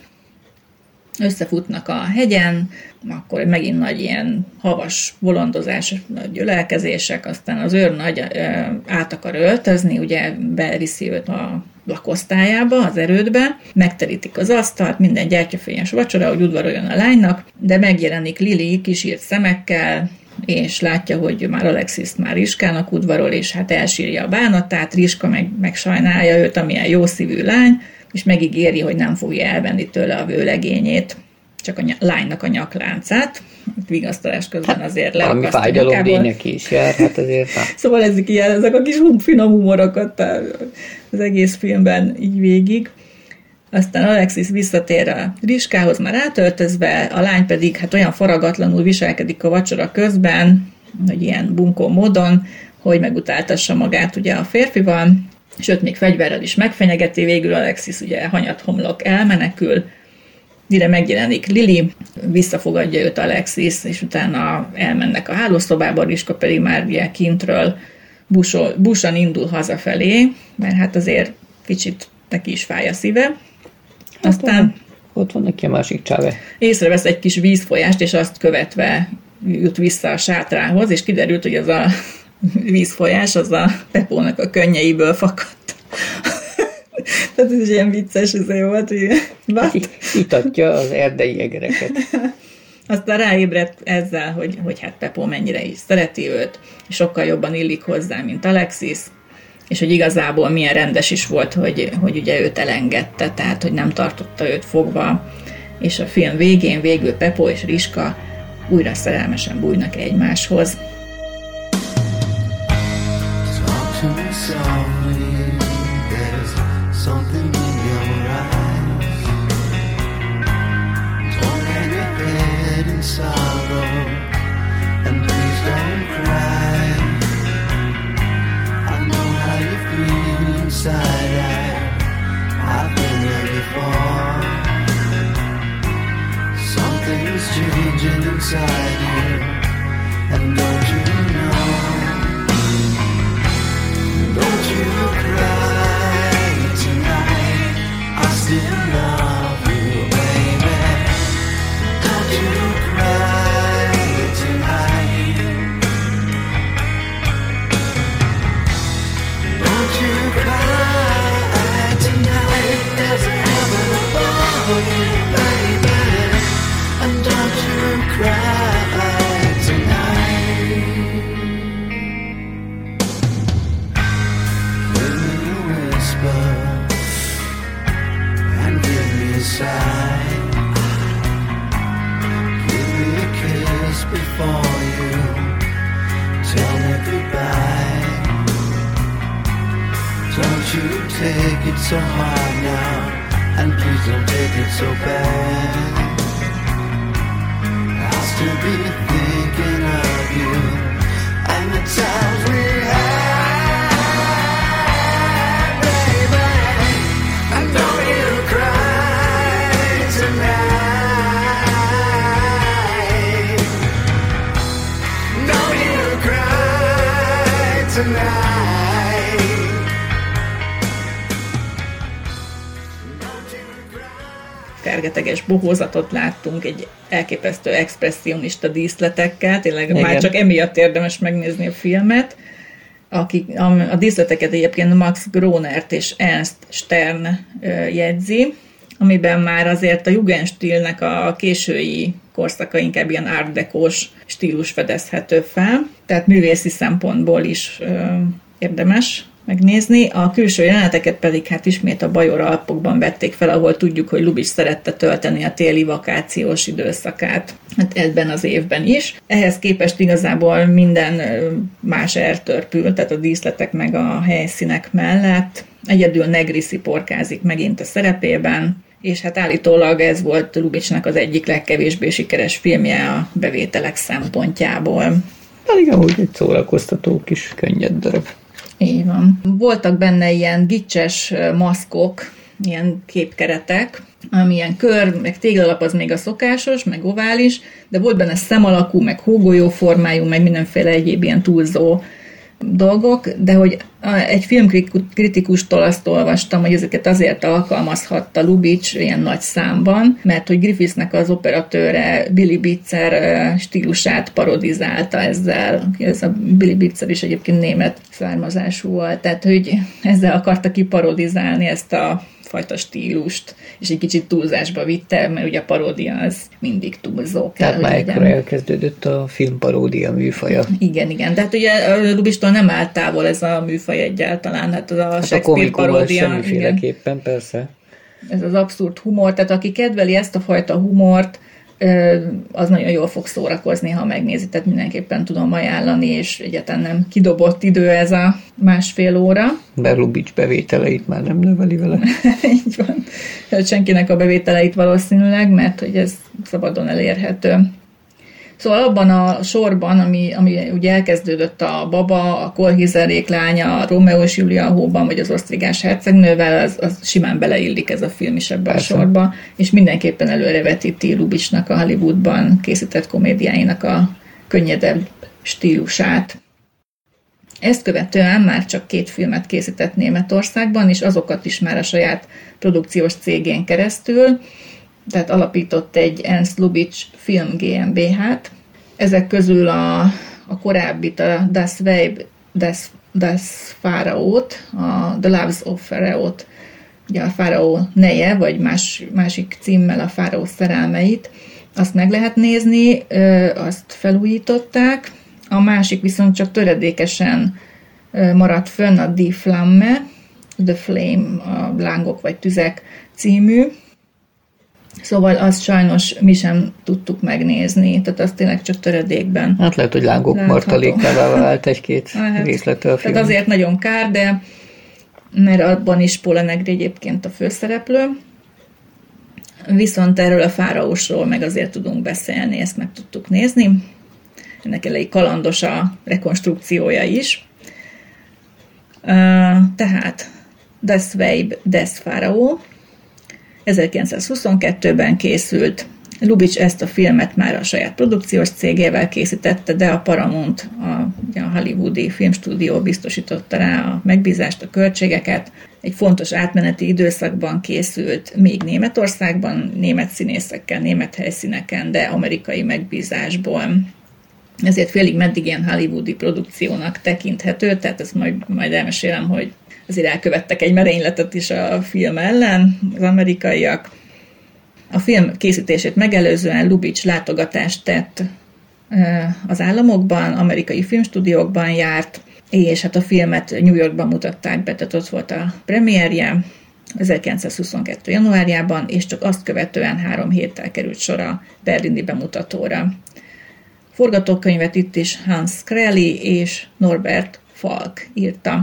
S1: Összefutnak a hegyen, akkor megint nagy ilyen havas bolondozás, nagy ölelkezések, aztán az őrnagy át akar öltözni, ugye beviszi őt a lakosztályába, az erődbe, megterítik az asztalt, minden gyertyafényes vacsora, hogy udvaroljon a lánynak, de megjelenik Lili kisírt szemekkel, és látja, hogy már Alexis már Riskának udvarol, és hát elsírja a bánatát, Riska meg, meg sajnálja őt, amilyen jó szívű lány, és megígéri, hogy nem fogja elvenni tőle a vőlegényét, csak a ny- lánynak a nyakláncát. Vigasztalás közben azért
S2: leakaszt a nyakából. Valami fájdalom neki is jár, hát azért. Hát.
S1: Szóval ezek ilyen, ezek a kis finom humorokat az egész filmben így végig. Aztán Alexis visszatér a Riskához már átöltözve, a lány pedig hát olyan faragatlanul viselkedik a vacsora közben, hogy ilyen bunkó módon, hogy megutáltassa magát ugye a férfival, sőt, még fegyverrel is megfenyegeti, végül Alexis ugye hanyat homlok elmenekül, mire megjelenik Lili, visszafogadja őt Alexis, és utána elmennek a hálószobába, Riska pedig már ugye kintről busol, busan indul hazafelé, mert hát azért kicsit neki is fáj a szíve. Aztán
S2: ott van neki a másik csáve.
S1: Észrevesz egy kis vízfolyást, és azt követve jut vissza a sátrához, és kiderült, hogy az a vízfolyás az a Pepónak a könnyeiből fakadt. Tehát ez ilyen vicces ez volt, hogy
S2: hát itatja az erdei egereket.
S1: Aztán ráébredt ezzel, hogy, hogy hát Pepó mennyire is szereti őt, és sokkal jobban illik hozzá, mint Alexis, és hogy igazából milyen rendes is volt, hogy, hogy ugye őt elengedte, tehát hogy nem tartotta őt fogva, és a film végén végül Pepó és Riska újra szerelmesen bújnak egymáshoz.
S3: I've been there before. Something's changing inside you, and don't you know? Don't you cry tonight. I still love you, baby. Don't you cry tonight. Don't you cry. There's a heaven above you, baby, and don't you cry tonight. Give me a whisper and give me a sigh. Give me a kiss before you tell me goodbye. Don't you take it so hard now, and please don't take it so bad. I'll still be thinking of you and the times we had, baby. And don't you cry tonight. Don't you cry tonight.
S1: Fergeteges bohózatot láttunk, egy elképesztő expresszionista díszletekkel, tényleg
S2: igen.
S1: Már csak emiatt érdemes megnézni a filmet. Akik, a, a díszleteket egyébként Max Gronert és Ernst Stern jegyzi. amiben már azért a Jugendstilnek a késői korszaka inkább ilyen art dekós stílus fedezhető fel, tehát művészi szempontból is ö, érdemes megnézni. A külső jeleneteket pedig hát ismét a Bajor Alpokban vették fel, ahol tudjuk, hogy Lubitsch szerette tölteni a téli vakációs időszakát, hát ebben az évben is. Ehhez képest igazából minden más eltörpül, tehát a díszletek meg a helyszínek mellett. Egyedül Negri sziporkázik megint a szerepében, és hát állítólag ez volt Lubitschnek az egyik legkevésbé sikeres filmje a bevételek szempontjából.
S2: Pedig ahogy egy szórakoztató kis könnyed darab.
S1: Így van. Voltak benne ilyen gicses maszkok, ilyen képkeretek, amilyen kör, meg téglalap az még a szokásos, meg ovális, de volt benne szemalakú, meg hógolyó formájú, meg mindenféle egyéb ilyen túlzó dolgok, de hogy egy filmkritikustól azt olvastam, hogy ezeket azért alkalmazhatta Lubitsch ilyen nagy számban, mert hogy Griffithsnek az operatőre Billy Bitzer stílusát parodizálta ezzel. Ez a Billy Bitzer is egyébként német származású volt, tehát hogy ezzel akarta kiparodizálni ezt a fajta stílust, és egy kicsit túlzásba vitte, mert ugye a paródia az mindig túlzó kell.
S2: Tehát már ekkor elkezdődött a filmparódia műfaja.
S1: Igen, igen. Tehát ugye Lubitschtól nem állt távol ez a műfaj egyáltalán, hát az a hát Shakespeare
S2: a
S1: paródia.
S2: Semmiféleképpen, persze.
S1: Ez az abszurd humor, tehát aki kedveli ezt a fajta humort, az nagyon jól fog szórakozni, ha megnézi, tehát mindenképpen tudom ajánlani, és egyáltalán nem kidobott idő ez a másfél óra.
S2: Bár Lubitsch bevételeit már nem növeli vele.
S1: Így van. Tehát senkinek a bevételeit valószínűleg, mert hogy ez szabadon elérhető. Szóval abban a sorban, ami, ami ugye elkezdődött a Baba, a Kolhizerék lánya, a Rómeó és Júlia a hóban, vagy az Osztrigás hercegnővel, az, az simán beleillik ez a film is ebbe Persze. a sorba, és mindenképpen előrevetíti Lubitschnak a Hollywoodban készített komédiáinak a könnyedebb stílusát. Ezt követően már csak két filmet készített Németországban, és azokat is már a saját produkciós cégén keresztül, tehát alapított egy Ernst Lubitsch Film GmbH-t. Ezek közül a, a korábbit, a Das Weib des, des Pharaót, a The Loves of Pharaoh-t, ugye a Fáraó neje, vagy más, másik címmel a Fáraó szerelmeit, azt meg lehet nézni, azt felújították. A másik viszont csak töredékesen maradt fönn, a Die Flamme, The Flame, a lángok vagy tüzek című. Szóval azt sajnos mi sem tudtuk megnézni, tehát azt tényleg csak töredékben.
S2: Hát lehet, hogy lángok martalékává vált egy-két hát, részlete a film.
S1: Tehát azért nagyon kár, de mert abban is Paula Negri egyébként a főszereplő. Viszont erről a Fáraósról meg azért tudunk beszélni, ezt meg tudtuk nézni. Ennek elég kalandos a rekonstrukciója is. Tehát Das Weib des Pharao ezerkilencszázhuszonkettőben készült. Lubitsch ezt a filmet már a saját produkciós cégével készítette, de a Paramount, a, a hollywoodi filmstúdió biztosította rá a megbízást, a költségeket. Egy fontos átmeneti időszakban készült még Németországban, német színészekkel, német helyszíneken, de amerikai megbízásból. Ezért félig meddig ilyen hollywoodi produkciónak tekinthető, tehát ezt majd, majd elmesélem, hogy azért elkövettek egy merényletet is a film ellen, az amerikaiak. A film készítését megelőzően Lubitsch látogatást tett az államokban, amerikai filmstúdiókban járt, és hát a filmet New Yorkban mutatták be, tehát ott volt a premierje ezerkilencszázhuszonkettő januárjában, és csak azt követően három héttel került sor a berlini bemutatóra. Forgatókönyvet itt is Hans Crelli és Norbert Falk írta.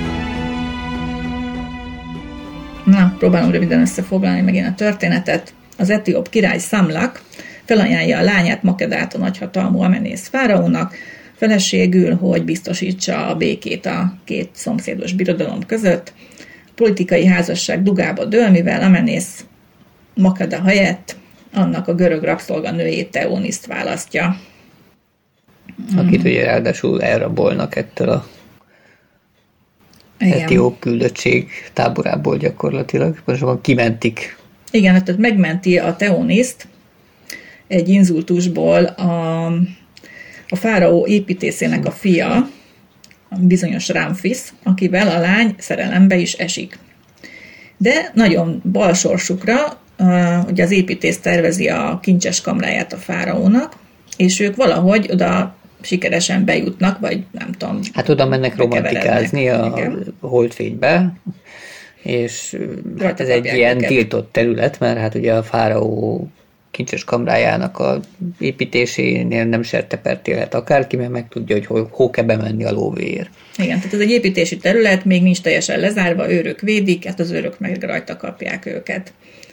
S1: Próbálom röviden összefoglalni megint a történetet. az etióp király Szamlak felajánlja a lányát Makedát a nagyhatalmú Amenész fáraónak, feleségül, hogy biztosítsa a békét a két szomszédos birodalom között. A politikai házasság dugába dől, mivel Amenész Makeda helyett annak a görög rabszolganőjét Teoniszt választja.
S2: Akit ugye ráadásul elrabolnak ettől a
S1: Igen.
S2: etióp küldöttség táborából gyakorlatilag. Most kimentik.
S1: Igen, tehát megmenti a Teoniszt egy inzultusból a, a fáraó építészének a fia, a bizonyos Ramfis, akivel a lány szerelembe is esik. De nagyon balsorsukra, ugye az építész tervezi a kincses kamráját a fáraónak, és ők valahogy oda sikeresen bejutnak, vagy nem tudom.
S2: Hát oda mennek romantikázni a
S1: Igen.
S2: holdfénybe, és hát ez egy ilyen őket. tiltott terület, mert hát ugye a fáraó kincses kamrájának a építésénél nem sertepert élhet akárki, mert meg tudja, hogy hol, hol kell bemenni a lóvér.
S1: Igen, tehát ez egy építési terület, még nincs teljesen lezárva, őrök védik, hát az őrök meg rajta kapják őket.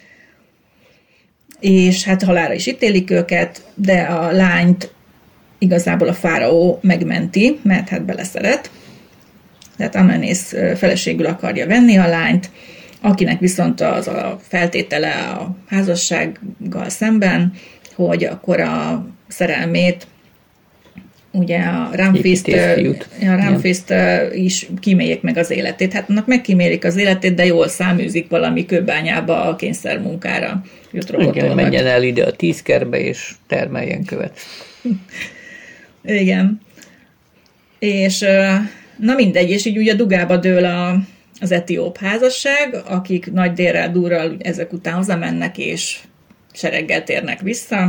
S1: És hát halálra is ítélik őket, de a lányt igazából a fáraó megmenti, mert hát beleszeret. Tehát Amenész feleségül akarja venni a lányt, akinek viszont az a feltétele a házassággal szemben, hogy akkor a szerelmét, ugye a Ramfist, a Ramfist is kíméljék meg az életét. Hát annak megkímélik az életét, de jól száműzik valami kőbányába a kényszermunkára jut robotolat.
S2: Igen, menjen el ide a tízkerbe, és termeljen követ.
S1: Igen. És na mindegy, és így ugye dugába dől a, az etióp házasság, akik nagy délrel durral ezek után hazamennek, és sereggel térnek vissza,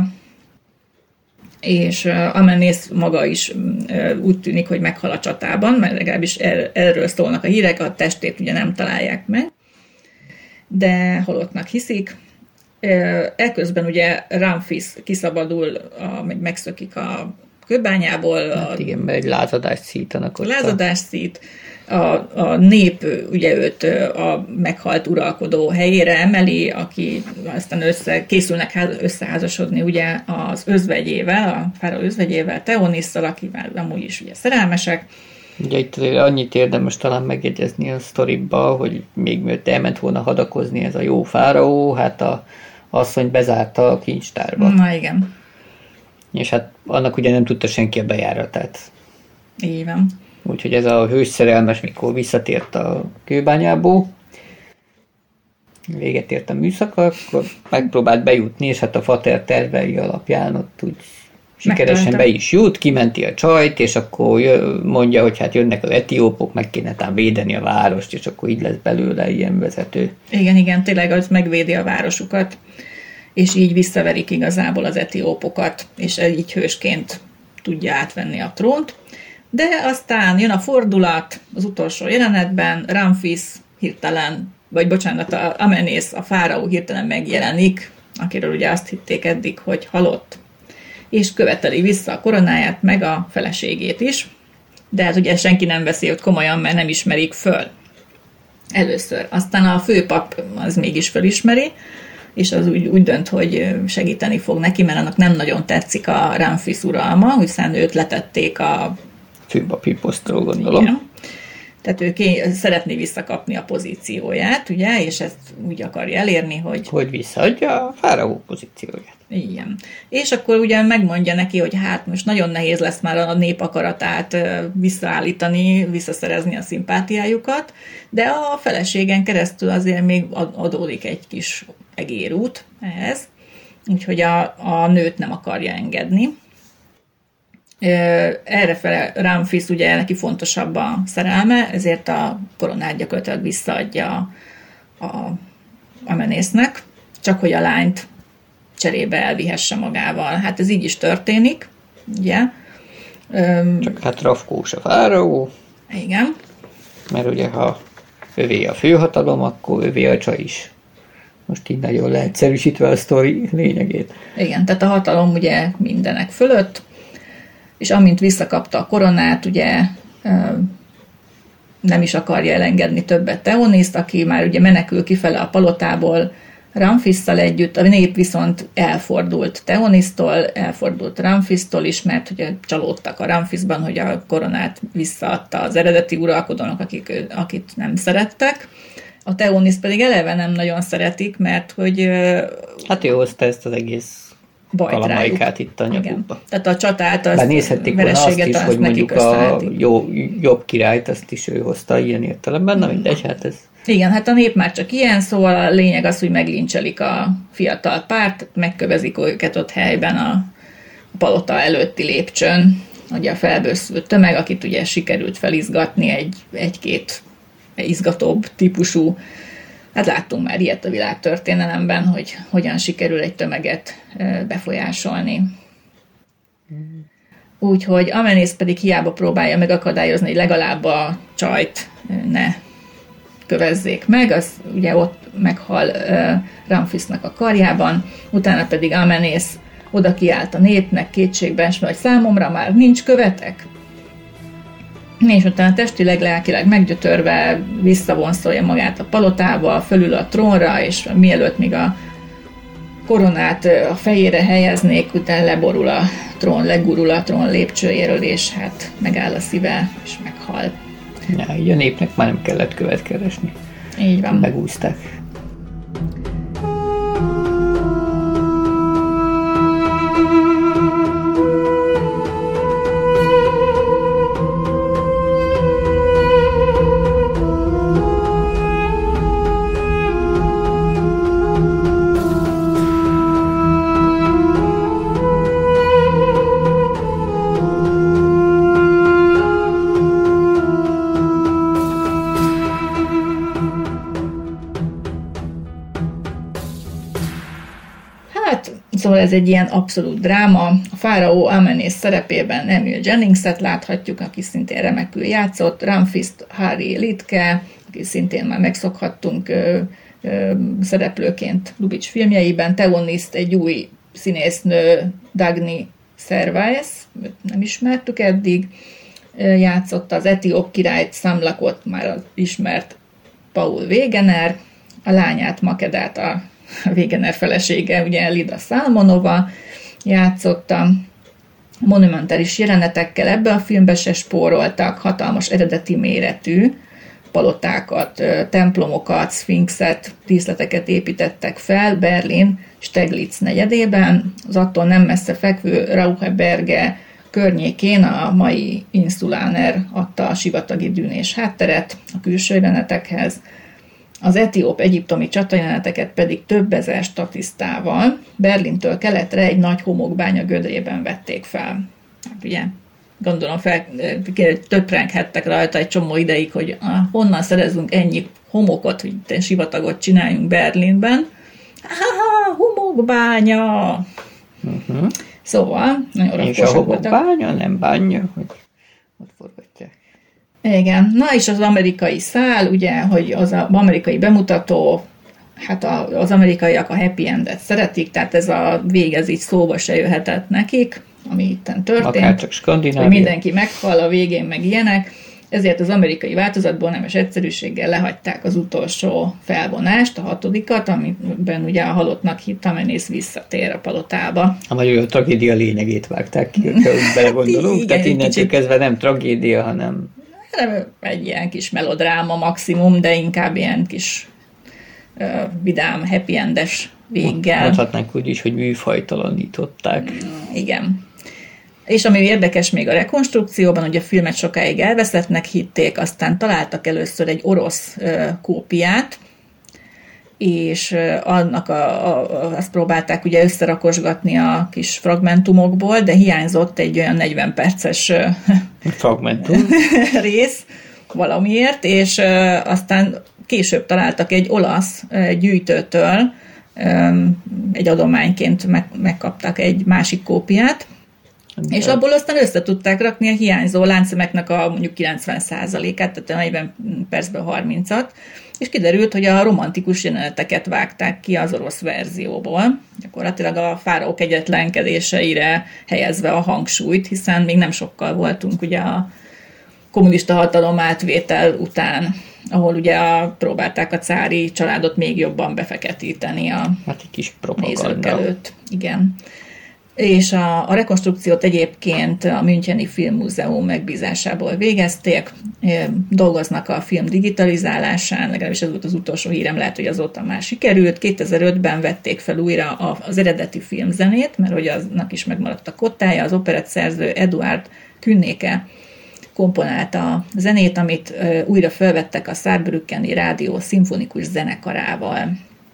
S1: és Amenész maga is úgy tűnik, hogy meghal a csatában, mert legalábbis er, erről szólnak a hírek, a testét ugye nem találják meg, de halottnak hiszik. Ekközben ugye Ramfis kiszabadul, a, megszökik a kőbányából.
S2: Hát igen, mert egy lázadást szítanak ott.
S1: Lázadást szít. A, a nép ugye őt a meghalt uralkodó helyére emeli, aki aztán össze, készülnek összeházasodni ugye az özvegyével, a fáraó özvegyével, Teonisszal, akivel amúgy is ugye szerelmesek.
S2: Ugye itt annyit érdemes talán megjegyezni a sztoriba, hogy még mielőtt elment volna hadakozni ez a jó fáraó, hát a asszony bezárta a kincstárba.
S1: Na igen.
S2: És hát annak ugye nem tudta senki a bejáratát.
S1: Így van.
S2: Úgyhogy ez a hős szerelmes, mikor visszatért a kőbányából, véget ért a műszaka, akkor megpróbált bejutni, és hát a fater tervei alapján ott úgy sikeresen be is jut, kimenti a csajt, és akkor mondja, hogy hát jönnek az etiópok, meg kéne tám védeni a várost, és akkor így lesz belőle ilyen vezető.
S1: Igen, igen, tényleg az megvédi a városukat, és így visszaverik igazából az etiópokat, és így hősként tudja átvenni a trónt. De aztán jön a fordulat az utolsó jelenetben, Ramfis hirtelen, vagy bocsánat, a Amenész, a fáraó hirtelen megjelenik, akiről ugye azt hitték eddig, hogy halott, és követeli vissza a koronáját, meg a feleségét is, de hát ugye senki nem veszi őt komolyan, mert nem ismerik föl. Először. Aztán a főpap az mégis fölismeri, és az úgy, úgy dönt, hogy segíteni fog neki, mert annak nem nagyon tetszik a Ramfis uralma, hiszen őt letették a
S2: főpapi posztról, gondolom.
S1: Igen. Tehát ő ké- szeretné visszakapni a pozícióját, ugye, és ezt úgy akarja elérni, hogy...
S2: Hogy visszaadja a fáraó pozícióját.
S1: Igen. És akkor ugye megmondja neki, hogy hát most nagyon nehéz lesz már a nép akaratát visszaállítani, visszaszerezni a szimpátiájukat, de a feleségen keresztül azért még adódik egy kis egérút ehhez, úgyhogy a, a nőt nem akarja engedni. Errefele Ramfis ugye neki fontosabb a szerelme, ezért a koronát gyakorlatilag visszaadja a, a Amenésznek, csak hogy a lányt cserébe elvihesse magával. Hát ez így is történik, ugye?
S2: Csak hát rafkós a fáraó.
S1: Igen.
S2: Mert ugye ha övé a főhatalom, akkor övé a csaj is. Most így nagyon leegyszerűsítve a sztori lényegét.
S1: Igen, tehát a hatalom ugye mindenek fölött, és amint visszakapta a koronát, ugye nem is akarja elengedni többet Teoniszt, aki már ugye menekül kifele a palotából, Ramfisszal együtt, a nép viszont elfordult Teonisztól, elfordult Ramfisztól is, mert ugye csalódtak a Ramfiszban, hogy a koronát visszaadta az eredeti uralkodónak, akik, akit nem szerettek. A Teoniszt pedig eleve nem nagyon szeretik, mert hogy...
S2: Hát ő hozta ezt az egész kalamaikát itt a nyakukba.
S1: Tehát a csatát, az
S2: Benézhették volna azt is, hogy mondjuk a jó, jobb királyt, azt is ő hozta ilyen értelemben, na mindegy, hát ez...
S1: Igen, hát a nép már csak ilyen, szóval a lényeg az, hogy meglincselik a fiatal párt, megkövezik őket ott helyben a palota előtti lépcsőn, ugye a felbőszült tömeg, akit ugye sikerült felizgatni egy, egy-két izgatóbb típusú. Hát láttunk már ilyet a világtörténelemben, hogy hogyan sikerül egy tömeget befolyásolni. Úgyhogy Amenész pedig hiába próbálja megakadályozni, hogy legalább a csajt ne kövezzék meg, az ugye ott meghal Ramfisznak a karjában, utána pedig Amenész oda kiállt a népnek kétségben, hogy számomra már nincs követek. És utána testileg, lelkileg meggyötörve visszavonszolja magát a palotába, fölül a trónra, és mielőtt még a koronát a fejére helyeznék, utána leborul a trón, legurul a trón lépcsőjéről, és hát megáll a szíve, és meghal.
S2: Ja, így a népnek már nem kellett követ keresni.
S1: Így van.
S2: Megúszták.
S1: Szóval ez egy ilyen abszolút dráma. A fáraó Amenész szerepében Emil Jenningset láthatjuk, aki szintén remekül játszott, Ramfiszt Harry Liedtke, aki szintén már megszokhattunk ö, ö, szereplőként Lubitsch filmjeiben, Teoniszt egy új színésznő, Dagny Servaes, nem ismertük eddig, játszotta az etióp királyt, Samlakot már ismert Paul Wegener, a lányát, Makedát, a Wegener felesége, ugye Lida Salmonova játszotta. Monumentális jelenetekkel ebbe a filmbe se spóroltak, hatalmas eredeti méretű palotákat, templomokat, szfinxet, díszleteket építettek fel Berlin Steglitz negyedében, az attól nem messze fekvő Rauheberge környékén a mai Insulaner adta a sivatagi dűnés hátteret a külső jelenetekhez. Az etióp-egyiptomi csatajeleneteket pedig több ezer statisztával Berlintől keletre egy nagy homokbánya gödrében vették fel. Hát ugye, gondolom fel, töprenghettek rajta egy csomó ideig, hogy ah, honnan szerezünk ennyi homokot, hogy sivatagot csináljunk Berlinben. Ah, homokbánya! Uh-huh. Szóval, nagyon rakósak voltak.
S2: És a homokbánya nem bánja, hogy ott forgatják.
S1: Igen, na és az amerikai szál, ugye, hogy az amerikai bemutató, hát a, az amerikaiak a happy endet szeretik, tehát ez a vég, ez így szóba se jöhetett nekik, ami itten történt.
S2: Akár csak Skandinávia.
S1: Hogy mindenki meghal a végén, meg ilyenek, ezért az amerikai változatból nemes egyszerűséggel lehagyták az utolsó felvonást, a hatodikat, amiben ugye a halottnak hitt Amenész visszatér a palotába.
S2: A magyar tragédia lényegét vágták ki, hogyha úgy belegondolunk, tehát innentől kezdve nem tragédia, hanem
S1: egy ilyen kis melodráma maximum, de inkább ilyen kis uh, vidám, happy endes véggel.
S2: Mondhatnánk úgy is, hogy műfajtalanították.
S1: Igen. És ami érdekes még a rekonstrukcióban, hogy a filmet sokáig elveszettnek hitték, aztán találtak először egy orosz uh, kópiát, és uh, annak a, a, azt próbálták ugye összerakosgatni a kis fragmentumokból, de hiányzott egy olyan negyven perces uh,
S2: fragmentum
S1: rész valamiért, és uh, aztán később találtak egy olasz uh, gyűjtőtől, um, egy adományként meg, megkaptak egy másik kópiát, de. És abból aztán össze tudták rakni a hiányzó láncszemeknek a mondjuk kilencven százalékát, tehát a negyven percben harmincat, és kiderült, hogy a romantikus jeleneteket vágták ki az orosz verzióból, gyakorlatilag a fáraó kegyetlenkedéseire helyezve a hangsúlyt, hiszen még nem sokkal voltunk ugye a kommunista hatalom átvétel után. ahol ugye a, próbálták a cári családot még jobban befeketíteni a
S2: hát egy kis
S1: nézők
S2: propaganda.
S1: előtt. Igen. És a, a rekonstrukciót egyébként a Müncheni Filmmúzeum megbízásából végezték, dolgoznak a film digitalizálásán, legalábbis ez volt az utolsó hírem, lehet, hogy azóta már sikerült. kétezer-ötben vették fel újra az eredeti filmzenét, mert hogy aznak is megmaradt a kottája, az operettszerző Eduard Künnéke komponálta a zenét, amit újra felvettek a Saarbrückeni Rádió szimfonikus zenekarával.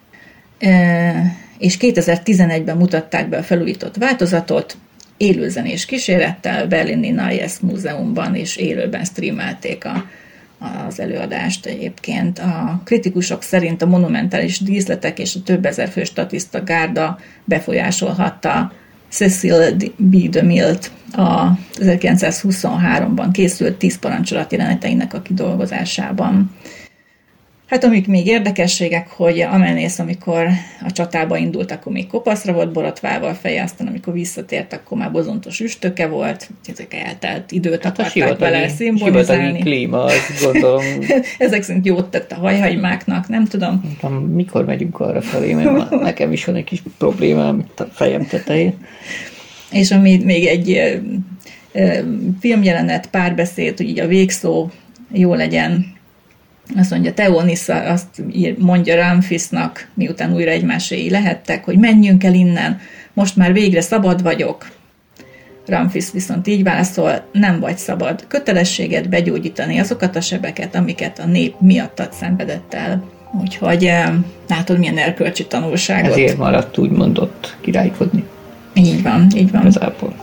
S1: És kétezer-tizenegyben mutatták be a felújított változatot, élőzenés kísérettel, Berlini Neues Múzeumban, és élőben streamelték a, az előadást egyébként. A kritikusok szerint a monumentális díszletek és a több ezer fő statiszta gárda befolyásolhatta Cecil B. DeMille-t a ezerkilencszázhuszonháromban készült tíz parancsolat jeleneteinek a kidolgozásában. Hát amik még érdekességek, hogy Amenész, amikor a csatába indult, akkor még kopaszra volt borotválva feje, aztán amikor visszatért, akkor már bozontos üstöke volt, ezek eltelt időt hát akarták vele szimbolizálni.
S2: Sivatagi klíma, azt gondolom.
S1: Ezek szerint jót tett a hajhagymáknak, nem tudom.
S2: Mondtam, mikor megyünk arra felé, mert nekem is van egy kis problémám itt a fejem tetején.
S1: És ami még egy e, e, filmjelenet, párbeszéd, hogy így a végszó jó legyen. Azt mondja, Teonissa azt mondja Ramfisnak, miután újra egymáséi lehettek, hogy menjünk el innen, most már végre szabad vagyok. Ramfis viszont így válaszol, nem vagy szabad. Kötelességed begyógyítani azokat a sebeket, amiket a nép miattad szenvedett el. Úgyhogy látod, milyen erkölcsi tanulságot.
S2: Ezért maradt úgy mondott királykodni.
S1: Így van, így van.
S2: Igazából.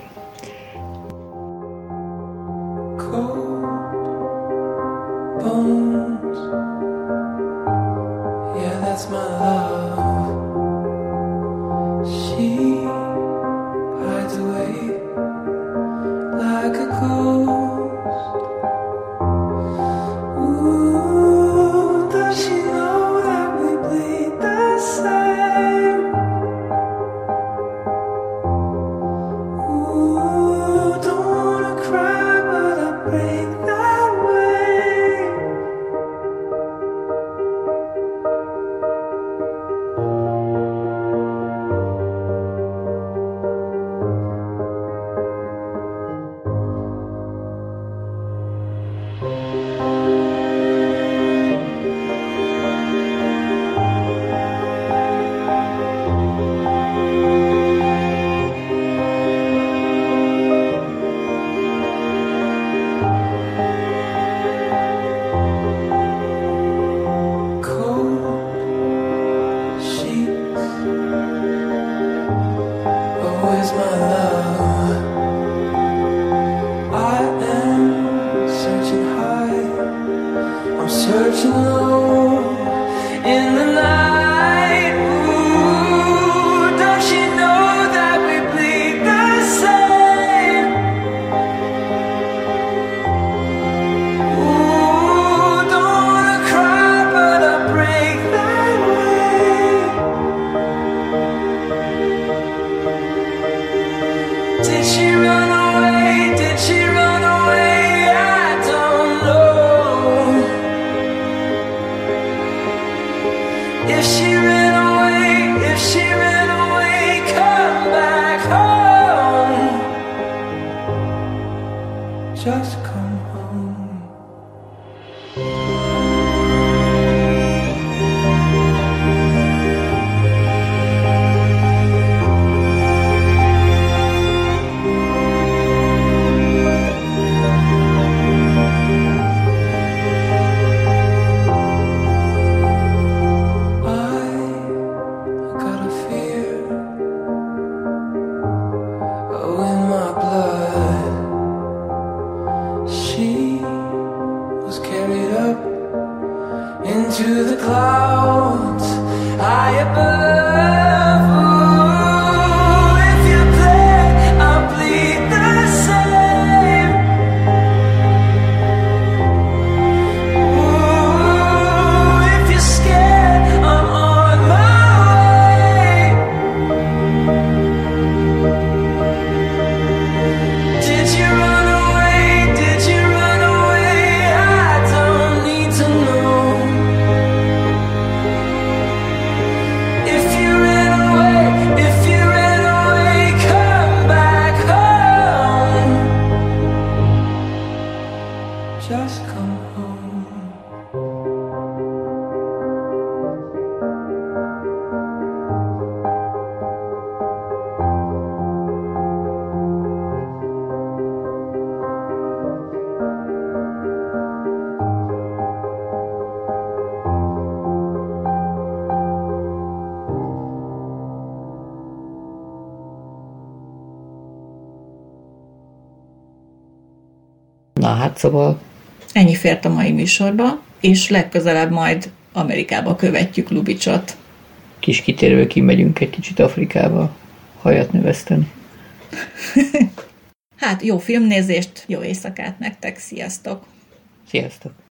S3: Bones, yeah, that's my love. She hides away like a ghost. Ooh, does she know that we bleed the same? Ooh, don't wanna cry, but I break that way. Just come home. Into the clouds high above. Ooh, if you bleed, I'll bleed the same. Ooh, if you're scared, I'm on my way. Did you run away? Did you run away? I don't need to know.
S2: Na hát szóval...
S1: Ennyi fért a mai műsorba, és legközelebb majd Amerikába követjük Lubicsot.
S2: Kis kitérő, kimegyünk egy kicsit Afrikába hajat növeszteni.
S1: Hát jó filmnézést, jó éjszakát nektek, sziasztok!
S2: Sziasztok!